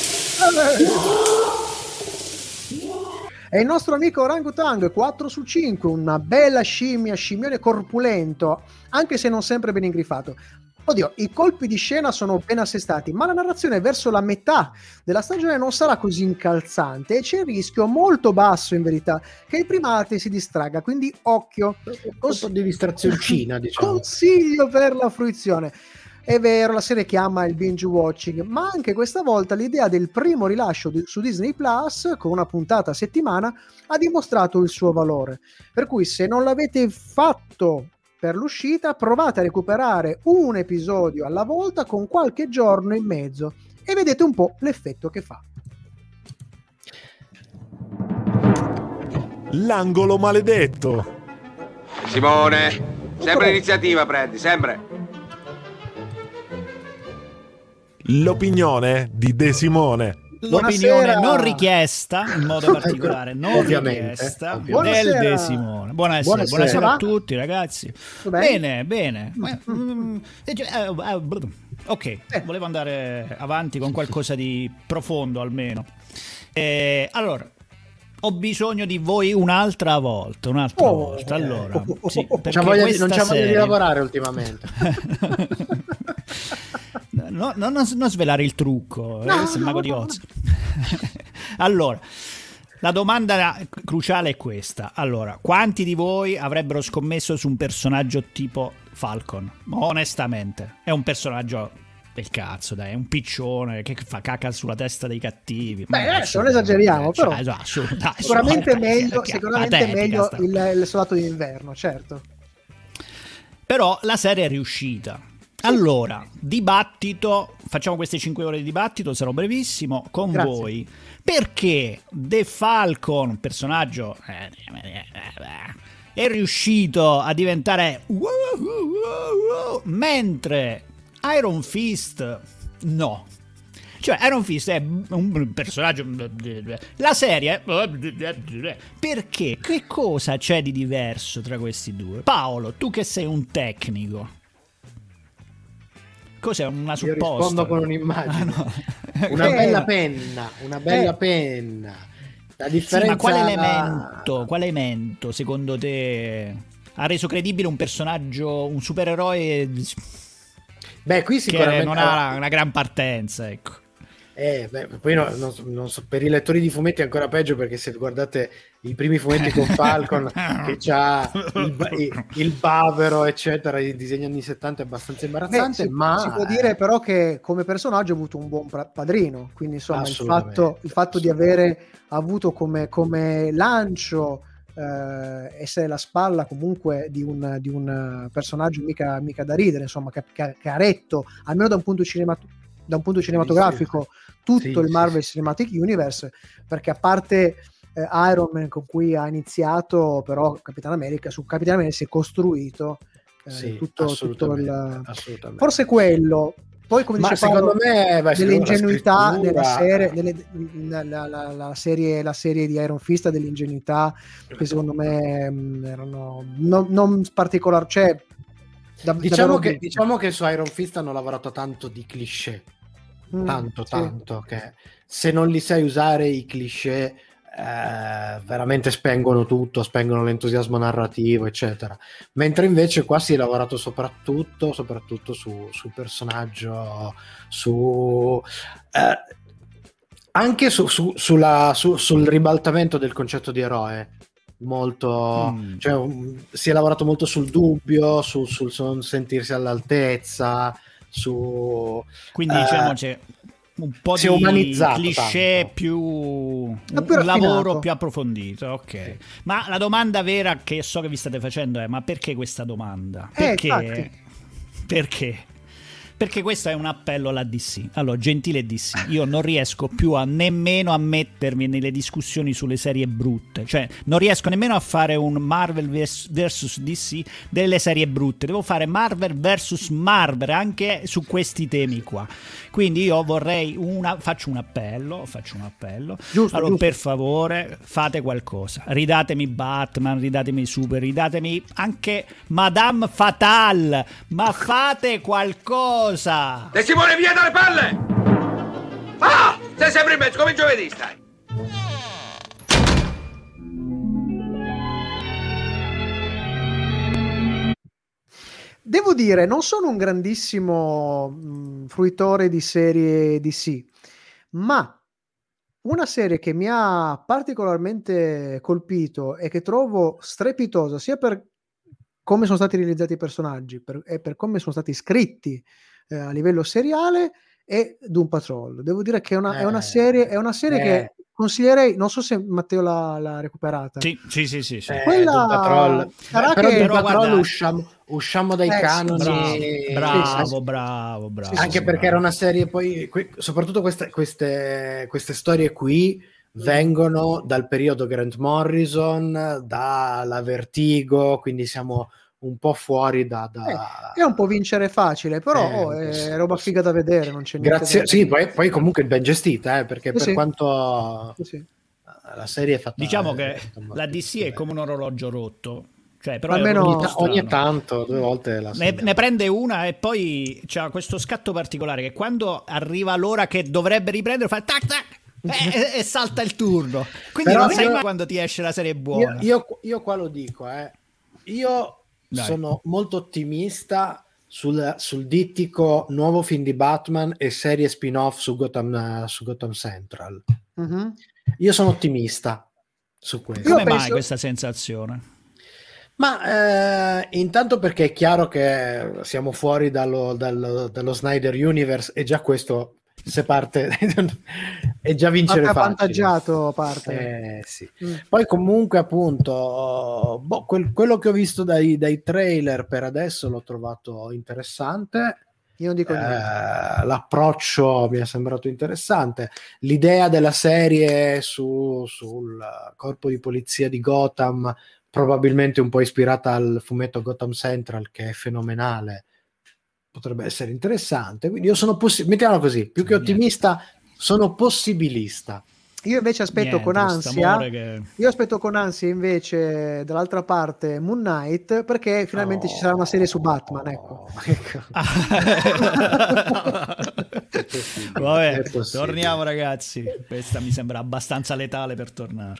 E il nostro amico Orangutang 4 su 5, una bella scimmione corpulento, anche se non sempre ben ingrifato. Oddio, i colpi di scena sono ben assestati, ma la narrazione verso la metà della stagione non sarà così incalzante e c'è il rischio molto basso, in verità, che il primate si distragga, quindi occhio. Un po' di distrazioncina, diciamo. Consiglio per la fruizione. È vero, la serie chiama il binge watching, ma anche questa volta l'idea del primo rilascio su Disney Plus, con una puntata a settimana, ha dimostrato il suo valore. Per cui se non l'avete fatto per l'uscita, provate a recuperare un episodio alla volta con qualche giorno in mezzo e vedete un po' l'effetto che fa. L'angolo maledetto. Simone, sempre l'iniziativa prendi, sempre. L'opinione di De Simone. L'opinione non richiesta in modo particolare, non richiesta del De Simone. Buonasera a tutti, ragazzi. Bene. Ok, volevo andare avanti con qualcosa di profondo almeno. Allora, ho bisogno di voi un'altra volta. Allora, sì, non c'ha voglia di lavorare ultimamente. No, non svelare il trucco, sei mago di Oz. Allora, la domanda cruciale è questa. Allora, quanti di voi avrebbero scommesso su un personaggio tipo Falcon? Onestamente, è un personaggio del cazzo, dai, è un piccione che fa caca sulla testa dei cattivi. Beh, adesso non esageriamo, però sicuramente meglio il soldato d'inverno, certo. Però la serie è riuscita. Allora, dibattito, facciamo queste 5 ore di dibattito, sarò brevissimo, con Grazie. voi. Perché The Falcon, personaggio, è riuscito a diventare mentre Iron Fist no. Cioè Iron Fist è un personaggio, la serie perché? Che cosa c'è di diverso tra questi due? Paolo, tu che sei un tecnico, cos'è una Io supposta? rispondo con un'immagine. Ah, no. Una bella penna, una bella penna. La differenza... Sì, ma quale elemento secondo te ha reso credibile un personaggio, un supereroe Beh, qui sicuramente che non ha una gran partenza, ecco. Poi non so, per i lettori di fumetti è ancora peggio, perché se guardate i primi fumetti con Falcon che c'ha il bavero eccetera, il disegno anni 70 è abbastanza imbarazzante. Ma si può dire però che come personaggio ha avuto un buon padrino, quindi insomma il fatto di avere avuto come lancio essere la spalla comunque di un personaggio mica da ridere, insomma, che ha retto almeno da un punto cinematografico tutto il Marvel Cinematic Universe, perché a parte Iron Man, con cui ha iniziato, però Capitan America si è costruito tutto il... forse quello. Poi, come dice Paolo, secondo me dell'ingenuità nella serie di Iron Fist, dell'ingenuità che secondo me erano non particolari, cioè diciamo che su Iron Fist hanno lavorato tanto di cliché, tanto che se non li sai usare i cliché veramente spengono tutto, spengono l'entusiasmo narrativo eccetera, mentre invece qua si è lavorato soprattutto sul personaggio, anche sul ribaltamento del concetto di eroe, molto cioè, si è lavorato molto sul dubbio, sul sentirsi all'altezza, quindi diciamo c'è un po' di cliché, più un lavoro più approfondito, ok. Ma la domanda vera che so che vi state facendo è: ma perché questa domanda? Perché? Perché questo è un appello alla DC. Allora, gentile DC, io non riesco più nemmeno a mettermi nelle discussioni sulle serie brutte, cioè non riesco nemmeno a fare un Marvel versus DC delle serie brutte, devo fare Marvel versus Marvel anche su questi temi qua. Quindi io faccio un appello. Giusto. Per favore, fate qualcosa, ridatemi Batman, ridatemi Super, ridatemi anche Madame Fatal, ma fate qualcosa. De Simone, via dalle palle! Sei sempre in mezzo, come giovedì stai. Devo dire, non sono un grandissimo fruitore di serie DC, ma una serie che mi ha particolarmente colpito e che trovo strepitosa sia per come sono stati realizzati i personaggi e per come sono stati scritti a livello seriale, è Doom Patrol. Devo dire che è una serie che consiglierei. Non so se Matteo l'ha recuperata. Sì. Quella Doom Patrol. Però Doom Patrol usciamo dai canoni. Bravo. Anche perché era una serie, poi soprattutto queste storie qui vengono dal periodo Grant Morrison, dalla Vertigo, quindi siamo un po' fuori è un po' vincere facile, però è roba figa da vedere, non c'è niente. Grazie. Sì, poi comunque ben gestita, perché per quanto la serie è fatta, diciamo che la DC è come un orologio rotto, cioè però almeno ogni tanto, 2 volte ne prende una e poi c'ha questo scatto particolare che quando arriva l'ora che dovrebbe riprendere fa tac tac e salta il turno, quindi però non sai mai quando ti esce la serie buona. Io qua lo dico, io sono molto ottimista sul dittico nuovo film di Batman e serie spin-off su Gotham Central. Io sono ottimista su questo. Come mai questa sensazione? Ma intanto perché è chiaro che siamo fuori dallo Snyder Universe, e già questo, se parte è già vincere facile. Avvantaggiato a parte. Sì. Poi comunque appunto quello che ho visto dai trailer per adesso l'ho trovato interessante. Io non dico niente. L'approccio mi è sembrato interessante, l'idea della serie sul corpo di polizia di Gotham, probabilmente un po' ispirata al fumetto Gotham Central, che è fenomenale, potrebbe essere interessante. Quindi io sono mettiamola così, più che ottimista sono possibilista. Io invece aspetto con ansia. Io aspetto con ansia invece dall'altra parte Moon Knight, perché finalmente ci sarà una serie su Batman, ecco. Vabbè, torniamo ragazzi. Questa mi sembra abbastanza letale per tornare.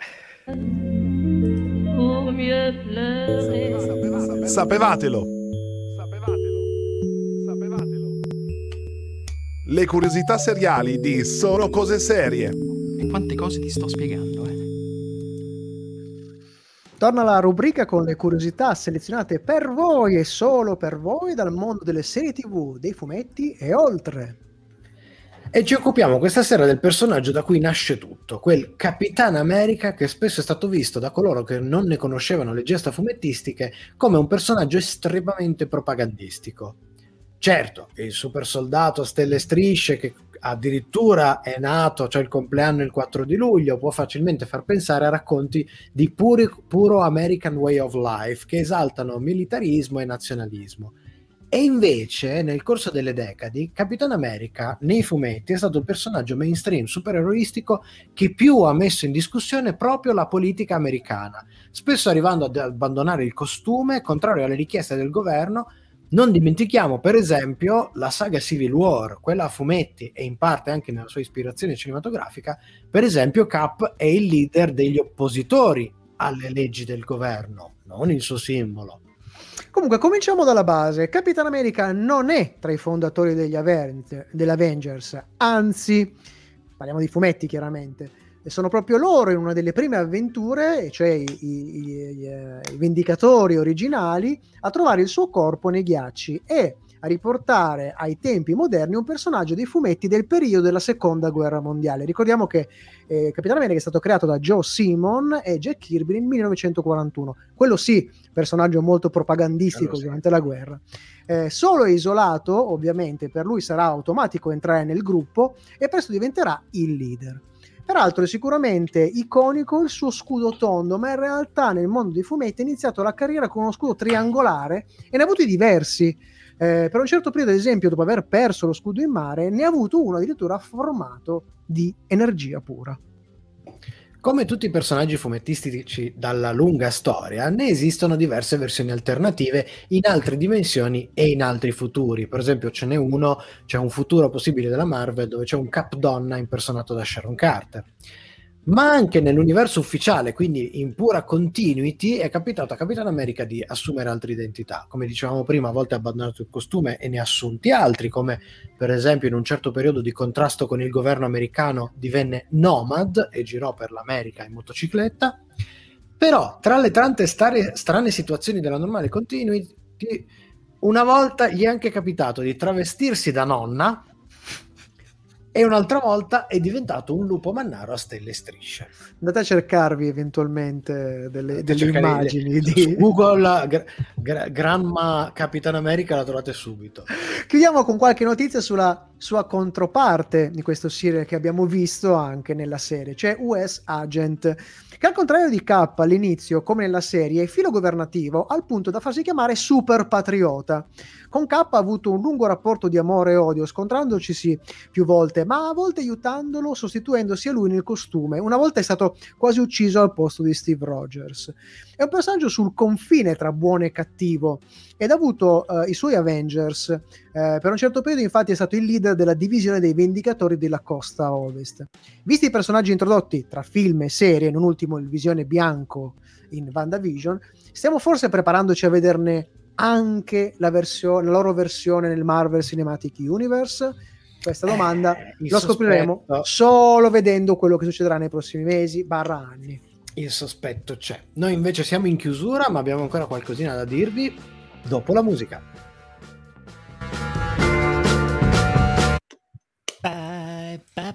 Sapevatelo. Le curiosità seriali di Sono Cose Serie. E quante cose ti sto spiegando, Torna la rubrica con le curiosità selezionate per voi e solo per voi dal mondo delle serie TV, dei fumetti e oltre. E ci occupiamo questa sera del personaggio da cui nasce tutto, quel Capitan America che spesso è stato visto da coloro che non ne conoscevano le gesta fumettistiche come un personaggio estremamente propagandistico. Certo, il super soldato a stelle e strisce che addirittura è nato, cioè il compleanno il 4 di luglio, può facilmente far pensare a racconti di puro American way of life che esaltano militarismo e nazionalismo. E invece, nel corso delle decadi, Capitan America nei fumetti è stato il personaggio mainstream supereroistico che più ha messo in discussione proprio la politica americana, spesso arrivando ad abbandonare il costume, contrario alle richieste del governo. Non dimentichiamo per esempio la saga Civil War, quella a fumetti e in parte anche nella sua ispirazione cinematografica. Per esempio Cap è il leader degli oppositori alle leggi del governo, non il suo simbolo. Comunque cominciamo dalla base. Capitan America non è tra i fondatori dell'Avengers, anzi, parliamo di fumetti chiaramente, e sono proprio loro in una delle prime avventure, cioè i Vendicatori originali, a trovare il suo corpo nei ghiacci e a riportare ai tempi moderni un personaggio dei fumetti del periodo della seconda guerra mondiale. Ricordiamo che Capitan America è stato creato da Joe Simon e Jack Kirby nel 1941. Quello sì, personaggio molto propagandistico durante la guerra. Solo e isolato, ovviamente, per lui sarà automatico entrare nel gruppo e presto diventerà il leader. Peraltro è sicuramente iconico il suo scudo tondo, ma in realtà nel mondo dei fumetti ha iniziato la carriera con uno scudo triangolare e ne ha avuti diversi. Per un certo periodo, ad esempio, dopo aver perso lo scudo in mare, ne ha avuto uno addirittura formato di energia pura. Come tutti i personaggi fumettistici dalla lunga storia, ne esistono diverse versioni alternative in altre dimensioni e in altri futuri. Per esempio c'è un futuro possibile della Marvel dove c'è un Cap donna impersonato da Sharon Carter. Ma anche nell'universo ufficiale, quindi in pura continuity, è capitato a Capitan America di assumere altre identità. Come dicevamo prima, a volte ha abbandonato il costume e ne ha assunti altri, come per esempio in un certo periodo di contrasto con il governo americano divenne nomad e girò per l'America in motocicletta. Però tra le tante strane situazioni della normale continuity, una volta gli è anche capitato di travestirsi da nonna e un'altra volta è diventato un lupo mannaro a stelle e strisce. Andate a cercarvi eventualmente delle immagini su Google, Grandma Capitan America, la trovate subito. Chiudiamo con qualche notizia sulla sua controparte di questo serial che abbiamo visto anche nella serie, cioè US Agent, che al contrario di Cap all'inizio, come nella serie, è filo governativo al punto da farsi chiamare super patriota. Con Cap ha avuto un lungo rapporto di amore e odio, scontrandocisi più volte, ma a volte aiutandolo, sostituendosi a lui nel costume. Una volta è stato quasi ucciso al posto di Steve Rogers. È un personaggio sul confine tra buono e cattivo ed ha avuto i suoi Avengers. Per un certo periodo infatti è stato il leader della divisione dei Vendicatori della costa ovest. Visti i personaggi introdotti tra film e serie, non ultimo il Visione Bianco in WandaVision, stiamo forse preparandoci a vederne anche la loro versione nel Marvel Cinematic Universe? Questa domanda lo scopriremo solo vedendo quello che succederà nei prossimi mesi / anni. Il sospetto c'è. Noi invece siamo in chiusura, ma abbiamo ancora qualcosina da dirvi dopo la musica. Bye, bye.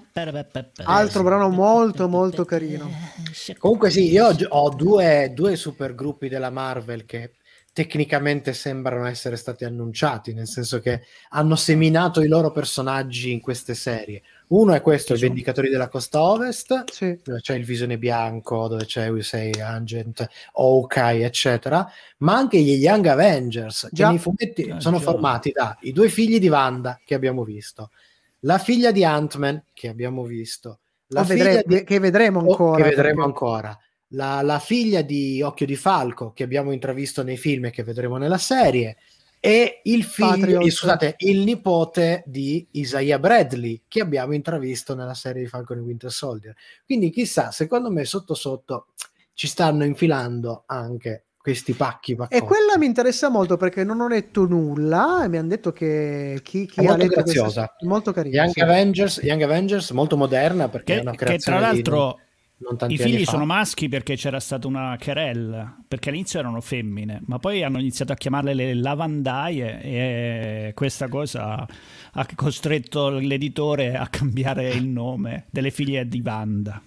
Altro brano molto molto carino. Comunque sì, io ho due supergruppi della Marvel che tecnicamente sembrano essere stati annunciati, nel senso che hanno seminato i loro personaggi in queste serie. Uno è questo, i Vendicatori della Costa Ovest, Sì. dove c'è il Visione Bianco, dove c'è USA Agent, Hawkeye, eccetera, ma anche gli Young Avengers, che nei fumetti sono formati dai due figli di Wanda, che abbiamo visto, la figlia di Ant-Man, che abbiamo visto, la figlia che vedremo ancora. La figlia di Occhio di Falco, che abbiamo intravisto nei film e che vedremo nella serie, e il nipote di Isaiah Bradley, che abbiamo intravisto nella serie di Falcon e Winter Soldier. Quindi chissà, secondo me sotto sotto ci stanno infilando anche questi paccotti. E quella mi interessa molto perché non ho letto nulla e mi hanno detto che chi ha letto graziosa, molto carina. Young Avengers molto moderna, perché è una creazione che tra l'altro non tanti i figli anni fa. sono maschi perché c'era stata una querella, perché all'inizio erano femmine, ma poi hanno iniziato a chiamarle le lavandaie e questa cosa ha costretto l'editore a cambiare il nome delle figlie di Wanda.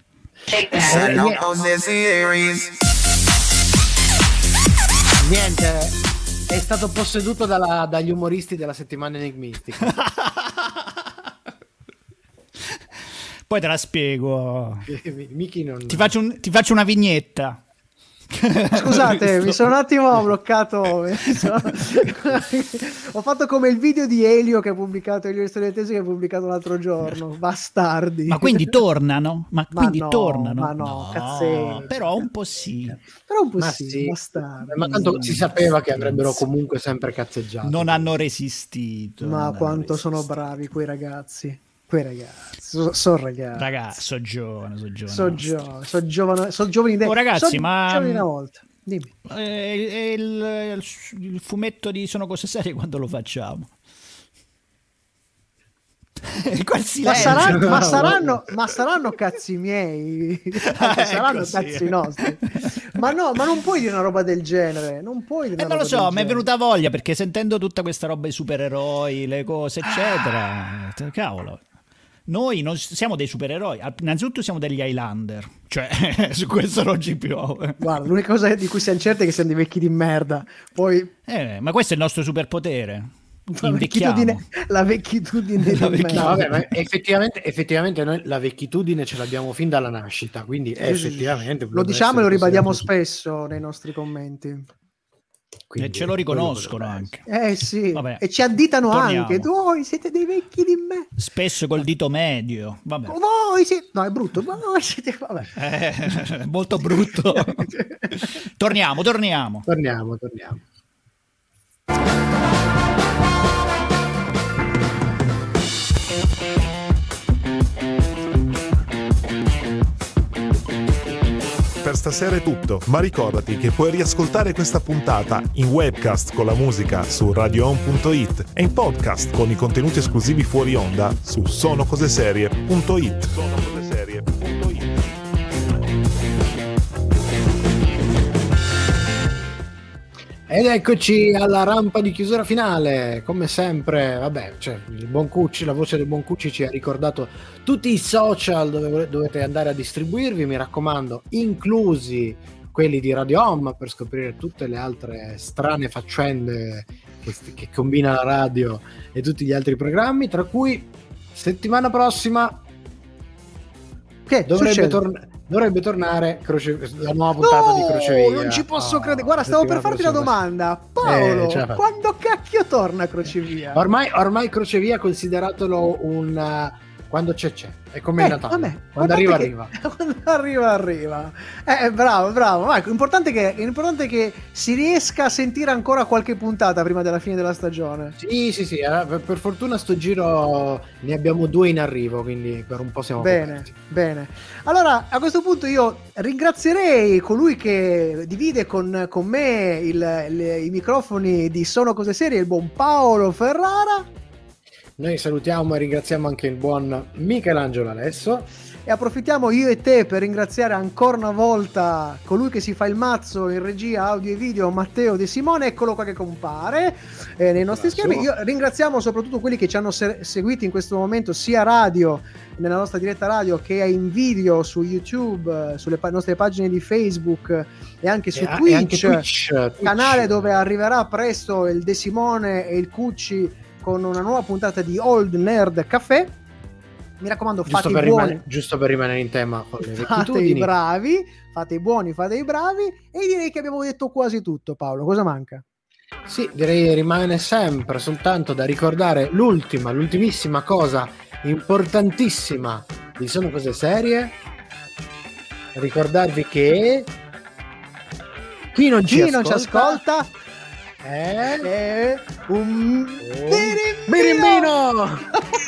Niente, è stato posseduto dagli umoristi della settimana enigmistica. Poi te la spiego. Ti faccio una vignetta. Scusate, mi sono un attimo bloccato. Ho fatto come il video di Elio che ha pubblicato, Elio Storiatesi, che ha pubblicato l'altro giorno. Bastardi. Ma quindi tornano? Tornano? Ma no, cazzetti. Però un po' sì. Bastardi. Ma tanto si sapeva che avrebbero comunque sempre cazzeggiato. Non hanno resistito. Ma quanto sono bravi quei ragazzi. Sono ragazzi. So giovane. Sono giovani idee. Oh, ragazzi, ma giovani una volta. Dimmi. Il fumetto di Sono Cose Serie quando lo facciamo? Ma saranno cazzi miei. Saranno cazzi nostri. Ma non puoi dire una roba del genere. Non lo so, mi è venuta voglia perché sentendo tutta questa roba di supereroi, le cose eccetera, cavolo. Noi non siamo dei supereroi, innanzitutto siamo degli Highlander, cioè su questo non ci piove. Guarda, l'unica cosa di cui siamo certi è che siamo dei vecchi di merda. Poi ma questo è il nostro superpotere. La vecchitudine no, vabbè, ma effettivamente noi la vecchitudine ce l'abbiamo fin dalla nascita, quindi effettivamente lo diciamo e lo ribadiamo spesso nei nostri commenti. Quindi, ce lo riconoscono anche. Sì. Vabbè, e ci additano anche. Voi siete dei vecchi di me. Spesso col dito medio. Vabbè. Voi siete... No, è brutto. Voi siete... Vabbè. Molto brutto. Torniamo. Per stasera è tutto, ma ricordati che puoi riascoltare questa puntata in webcast con la musica su radioon.it e in podcast con i contenuti esclusivi fuori onda su sonocoseserie.it. Ed eccoci alla rampa di chiusura finale, come sempre. Vabbè, cioè, il buon Cucci, la voce del buon Cucci ci ha ricordato tutti i social dove dovete andare a distribuirvi, mi raccomando, inclusi quelli di Radio Home, per scoprire tutte le altre strane faccende che combina la radio e tutti gli altri programmi, tra cui settimana prossima che dovrebbe tornare la nuova puntata di Crocevia. Non ci posso credere. Guarda, stavo per farti la domanda, Paolo, quando cacchio torna Crocevia? Ormai Crocevia consideratelo un quando c'è, è come il Natale. Vabbè, quando arriva. Quando arriva. Bravo. Ecco, l'importante è che si riesca a sentire ancora qualche puntata prima della fine della stagione. Sì. Per fortuna sto giro ne abbiamo 2 in arrivo, quindi per un po' siamo bene. Allora, a questo punto io ringrazierei colui che divide con me i microfoni di Sono Cose Serie, il buon Paolo Ferrara. Noi salutiamo e ringraziamo anche il buon Michelangelo Alesso. E approfittiamo io e te per ringraziare ancora una volta colui che si fa il mazzo in regia audio e video, Matteo De Simone. Eccolo qua che compare nei nostri schermi. Ringraziamo soprattutto quelli che ci hanno seguiti in questo momento, sia radio, nella nostra diretta radio, che in video su YouTube, sulle nostre pagine di Facebook e anche su Twitch, e anche Twitch, canale dove arriverà presto il De Simone e il Cucci con una nuova puntata di Old Nerd Café. Mi raccomando, fate i buoni, giusto per rimanere in tema con le fate i bravi, fate i buoni, fate i bravi, e direi che abbiamo detto quasi tutto. Paolo, cosa manca? Sì, direi rimane sempre soltanto da ricordare l'ultimissima cosa importantissima di Sono Cose Serie. Ricordarvi che chi non ci ascolta è un birimbino.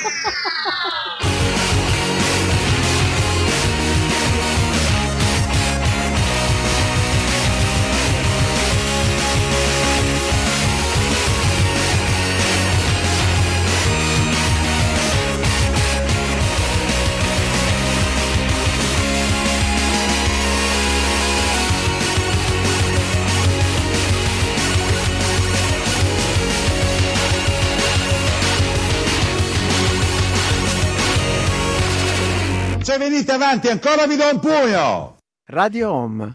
Se venite avanti ancora vi do un pugno. Radio Home.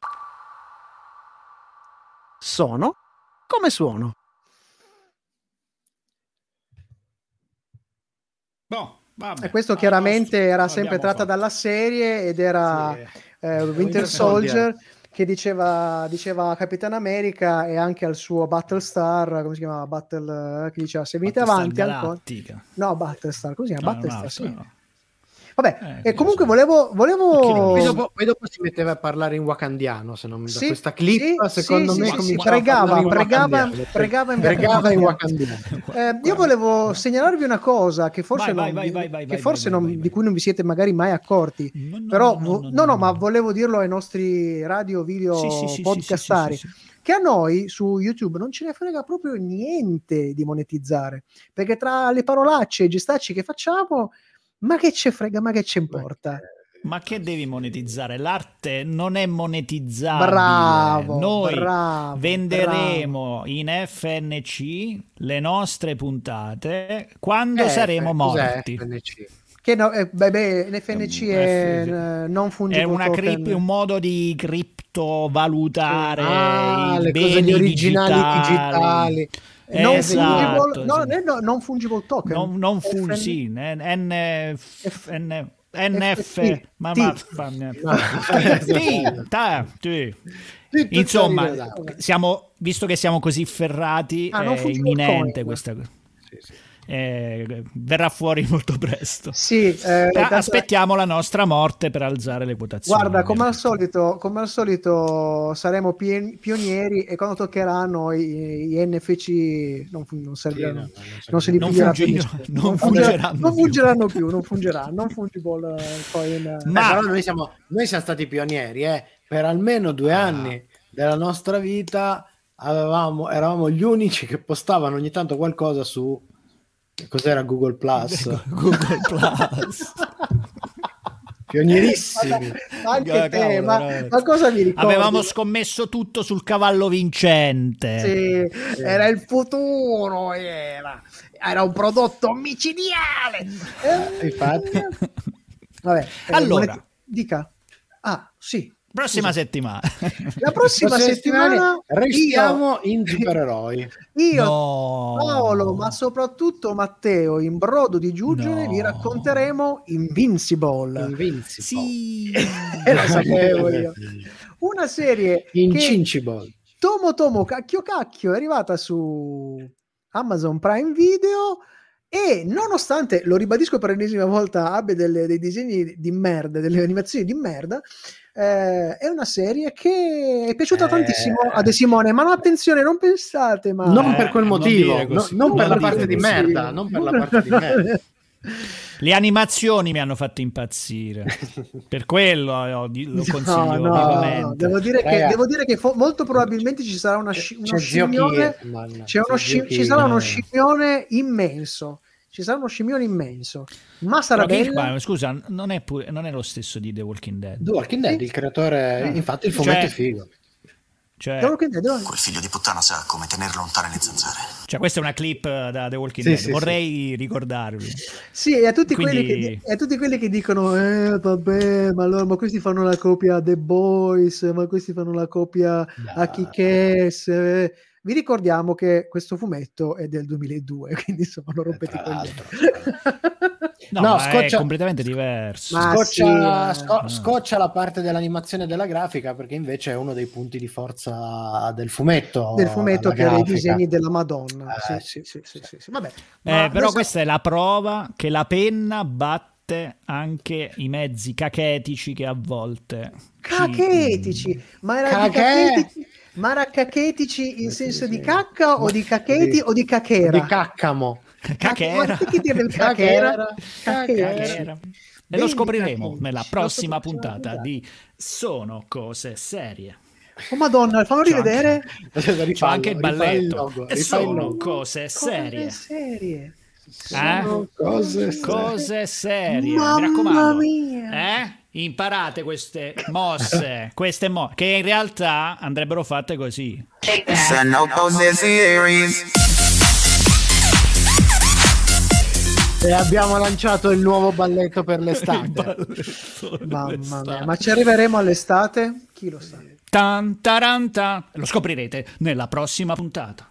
Sono come suono. Vabbè. E questo chiaramente era sempre tratta dalla serie ed era Winter Soldier, che diceva Capitan America, e anche al suo Battlestar, come si chiamava? Che diceva se venite avanti ancora. No, Battlestar, così è Battlestar, sì. No. Vabbè, e comunque volevo... Poi dopo si metteva a parlare in wakandiano, se non da questa clip, secondo me pregava in wakandiano. Io volevo segnalarvi una cosa che forse di cui non vi siete magari mai accorti, ma volevo dirlo ai nostri radio video podcastari, che a noi su YouTube non ce ne frega proprio niente di monetizzare, perché tra le parolacce e i gestacci che facciamo, ma che ce frega, ma che ce importa? Ma che devi monetizzare? L'arte non è monetizzabile. Noi venderemo in FNC le nostre puntate quando saremo morti. FNC? Che no, l'FNC è non fungible token. Un modo di criptovalutare le beni cose, gli originali digitali. Non fungible token. NF, insomma, visto che siamo così ferrati, è imminente questa cosa. Verrà fuori molto presto. Aspettiamo la nostra morte per alzare le quotazioni. Guarda, come al solito saremo pionieri, e quando toccherà a noi i NFC non fungeranno più. Non fungible coin. Però noi siamo stati pionieri, per almeno 2 anni della nostra vita eravamo gli unici che postavano ogni tanto qualcosa su cos'era Google Plus. Pionierissimi. Anche te, ma cosa mi ricordi? Avevamo scommesso tutto sul cavallo vincente. Sì, era il futuro, era un prodotto micidiale. Infatti. Vabbè, allora dica. Sì. Prossima settimana. La prossima settimana restiamo in supereroi. Paolo, ma soprattutto Matteo, in brodo di giuggiole, vi racconteremo Invincible. Sì. Lo sapevo io. Una serie Invincible. che Tomo cacchio è arrivata su Amazon Prime Video, e nonostante, lo ribadisco per l'ennesima volta, abbia dei disegni di merda, delle animazioni di merda, è una serie che è piaciuta tantissimo a De Simone, ma no, attenzione, non pensate, ma non per quel motivo, non per la parte di merda, non per la parte di merda. Le animazioni mi hanno fatto impazzire, per quello lo consiglio vivamente. Devo dire che molto probabilmente ci sarà uno scimmione immenso, ci sarà uno scimmione immenso, ma sarà bella. Scusa, non è lo stesso di The Walking Dead. The Walking Dead, il creatore, infatti il fumetto è figo. The Walking Dead, quel figlio di puttana sa come tenere lontane le zanzare. Cioè, questa è una clip da The Walking Dead, vorrei ricordarvi. Sì, e a tutti quelli che dicono vabbè, ma questi fanno la copia a The Boys, ma questi fanno la copia a Kick-Ass. Vi ricordiamo che questo fumetto è del 2002, quindi insomma non rompete i coglioni. No, è completamente diverso. Scoccia la parte dell'animazione e della grafica, perché invece è uno dei punti di forza del fumetto. Del fumetto che ha i disegni della Madonna. Sì. Vabbè. Però questa è la prova che la penna batte anche i mezzi cachetici che a volte... Cachetici? Ma era di cachetici? Ma era cachetici in senso di cacca o di cacheti o di cachera? Di caccamo. Cachera. Cachera. E lo scopriremo nella prossima puntata di Sono Cose Serie. Oh Madonna, fammi rivedere. C'è anche il balletto. Sono cose serie. Sono cose serie. Mi raccomando. Mia. Imparate queste mosse, che in realtà andrebbero fatte così. Sono cose serie. E abbiamo lanciato il nuovo balletto per l'estate. Mamma mia, ma ci arriveremo all'estate? Chi lo sa? Tan, taran, tan. Lo scoprirete nella prossima puntata.